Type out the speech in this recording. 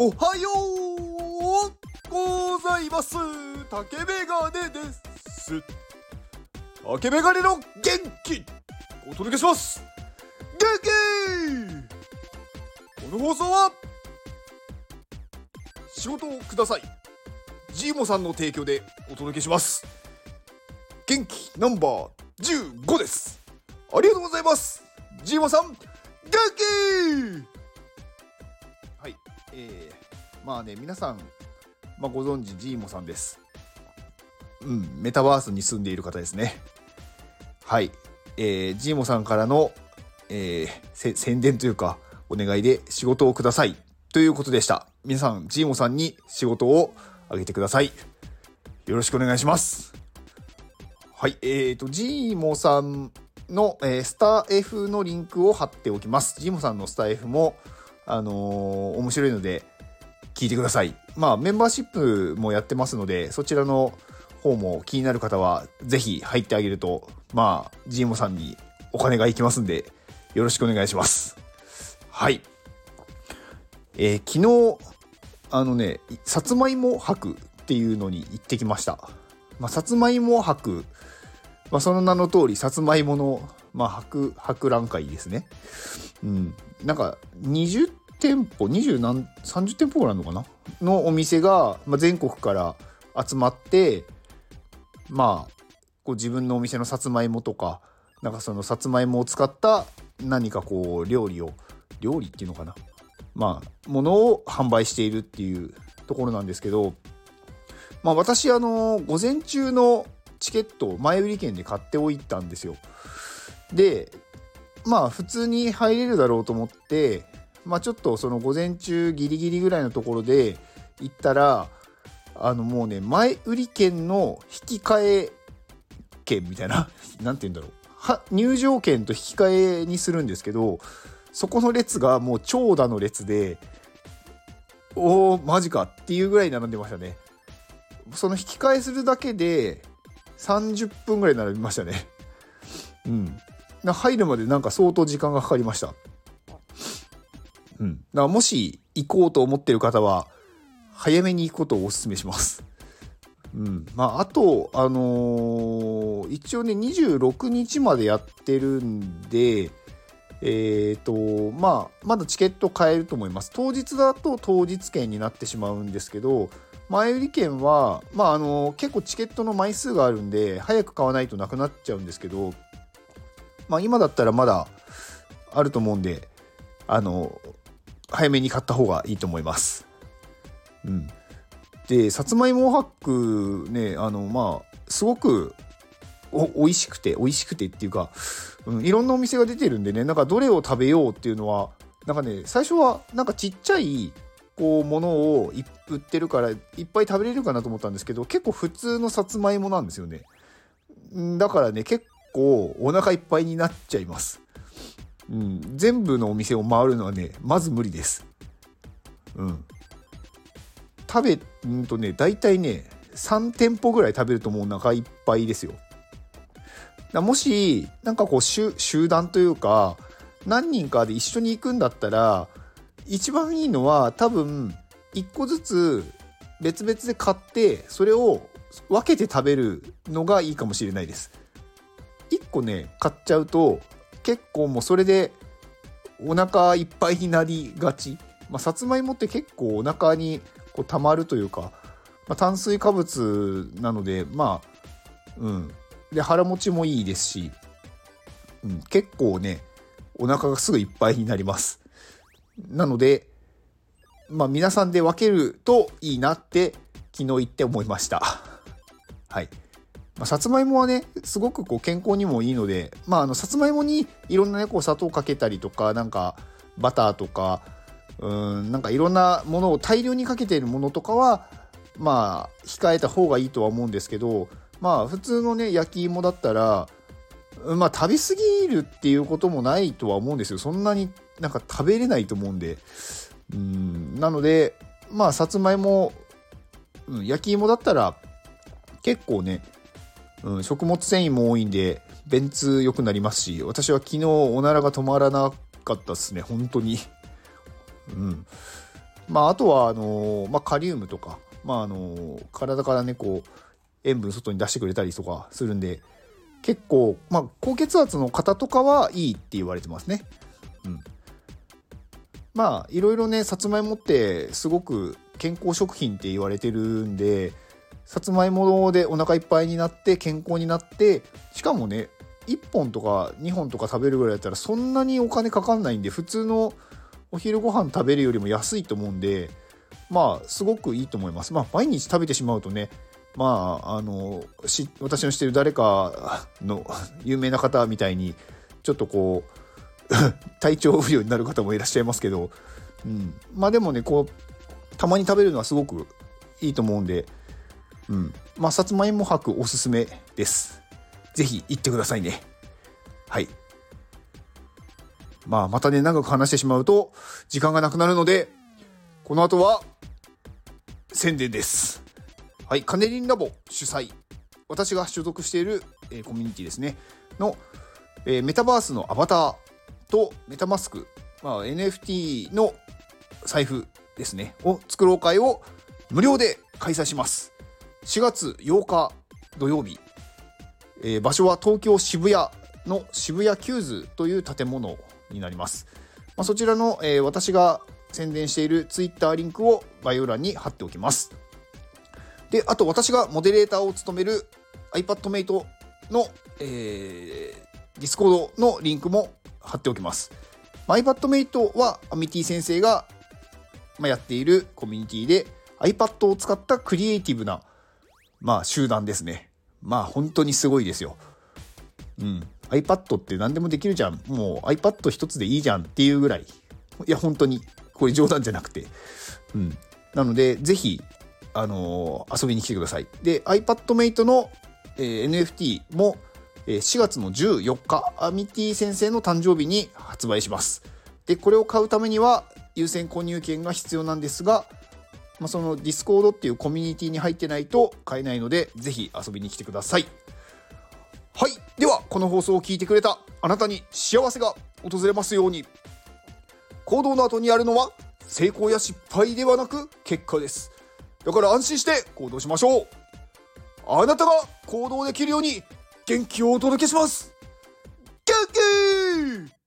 おはようございます。竹メガネです。竹メガネの元気お届けします。元気。この放送は仕事をくださいジーモさんの提供でお届けします。元気ナンバー15です。ありがとうございます。ジーモさん元気。はい、まあね、皆さん、ご存知ジーモさんです。メタバースに住んでいる方ですね。はい、ジーモさんからの、宣伝というかお願いで仕事をくださいということでした。皆さんジーモさんに仕事をあげてください。よろしくお願いします。はい、ジーモさんの、スタ F のリンクを貼っておきます。ジーモさんのスタ F も面白いので聞いてください。メンバーシップもやってますので、そちらの方も気になる方はぜひ入ってあげると、ジーモさんにお金がいきますんで、よろしくお願いします。はい。昨日さつまいも博っていうのに行ってきました。さつまいも博、その名の通りさつまいもの、博覧会ですね。なんか20店舗30店舗ぐらいあるのかなのお店が、全国から集まって、こう自分のお店のさつまいもとか、なんかそのさつまいもを使った何かこう料理っていうのかな、ものを販売しているっていうところなんですけど、私午前中のチケットを前売り券で買っておいたんですよ。で普通に入れるだろうと思って、ちょっとその午前中ギリギリぐらいのところで行ったら、もうね、前売り券の引き換え券みたいななんて言うんだろう、入場券と引き換えにするんですけど、そこの列がもう長蛇の列で、マジかっていうぐらい並んでましたね。その引き換えするだけで30分ぐらい並びましたね。入るまでなんか相当時間がかかりました。だからもし行こうと思ってる方は早めに行くことをお勧めします。あと一応ね26日までやってるんで、まだチケット買えると思います。当日だと当日券になってしまうんですけど、前売り券は結構チケットの枚数があるんで早く買わないとなくなっちゃうんですけど、今だったらまだあると思うんで、早めに買った方がいいと思います。でさつまいも博ね、すごく美味しくてっていうか、いろんなお店が出てるんでね、なんかどれを食べようっていうのはなんかね、最初はなんかちっちゃいこうものを売ってるからいっぱい食べれるかなと思ったんですけど、結構普通のさつまいもなんですよね。だからね、結構お腹いっぱいになっちゃいます。全部のお店を回るのはね、まず無理です。だいたいね3店舗ぐらい食べるともうお腹いっぱいですよ。もしなんかこう集団というか何人かで一緒に行くんだったら、一番いいのは多分1個ずつ別々で買ってそれを分けて食べるのがいいかもしれないです。1個ね買っちゃうと結構もうそれでお腹いっぱいになりがち。さつまいもって結構お腹にこう溜まるというか、炭水化物なのでで腹持ちもいいですし、結構ねお腹がすぐいっぱいになります。なので皆さんで分けるといいなって昨日言って思いました。はい。さつまいもはねすごくこう健康にもいいので、さつまいもにいろんなねこう砂糖かけたりとか、なんかバターとかなんかいろんなものを大量にかけているものとかは控えた方がいいとは思うんですけど、普通のね焼き芋だったら食べ過ぎるっていうこともないとは思うんですよ。そんなになんか食べれないと思うんで、なのでさつまいも、焼き芋だったら結構ね、食物繊維も多いんで便通良くなりますし、私は昨日おならが止まらなかったですね、本当に。 あとはカリウムとか、体からねこう塩分外に出してくれたりとかするんで、結構、高血圧の方とかはいいって言われてますね。いろいろね、さつまいもってすごく健康食品って言われてるんで、さつまいもでお腹いっぱいになって健康になって、しかもね1本とか2本とか食べるぐらいだったらそんなにお金かかんないんで、普通のお昼ご飯食べるよりも安いと思うんで、すごくいいと思います。毎日食べてしまうとね、私の知ってる誰かの有名な方みたいにちょっとこう体調不良になる方もいらっしゃいますけど、でもねこうたまに食べるのはすごくいいと思うんで、さつまいも博おすすめです。ぜひ行ってくださいね。はい。またね長く話してしまうと時間がなくなるので、この後は宣伝です。はい、カネリンラボ主催、私が所属している、コミュニティですねの、メタバースのアバターとメタマスク、NFT の財布ですねを作ろう会を無料で開催します。4月8日土曜日、場所は東京渋谷の渋谷キューズという建物になります。そちらの、私が宣伝しているツイッターリンクを概要欄に貼っておきます。で、あと私がモデレーターを務める iPadMate の、Discord のリンクも貼っておきます。iPadMate はアミティ先生が、やっているコミュニティで iPad を使ったクリエイティブな、集団ですね。本当にすごいですよ。iPad って何でもできるじゃん。もう iPad 一つでいいじゃんっていうぐらい。いや本当にこれ冗談じゃなくて、なのでぜひ遊びに来てください。で iPadMate の、NFT も4月の14日アミティ先生の誕生日に発売します。でこれを買うためには優先購入権が必要なんですが、その Discord っていうコミュニティに入ってないと買えないので、ぜひ遊びに来てください。はい、ではこの放送を聞いてくれたあなたに幸せが訪れますように。行動の後にあるのは成功や失敗ではなく結果です。だから安心して行動しましょう。あなたが行動できるように元気をお届けします。元気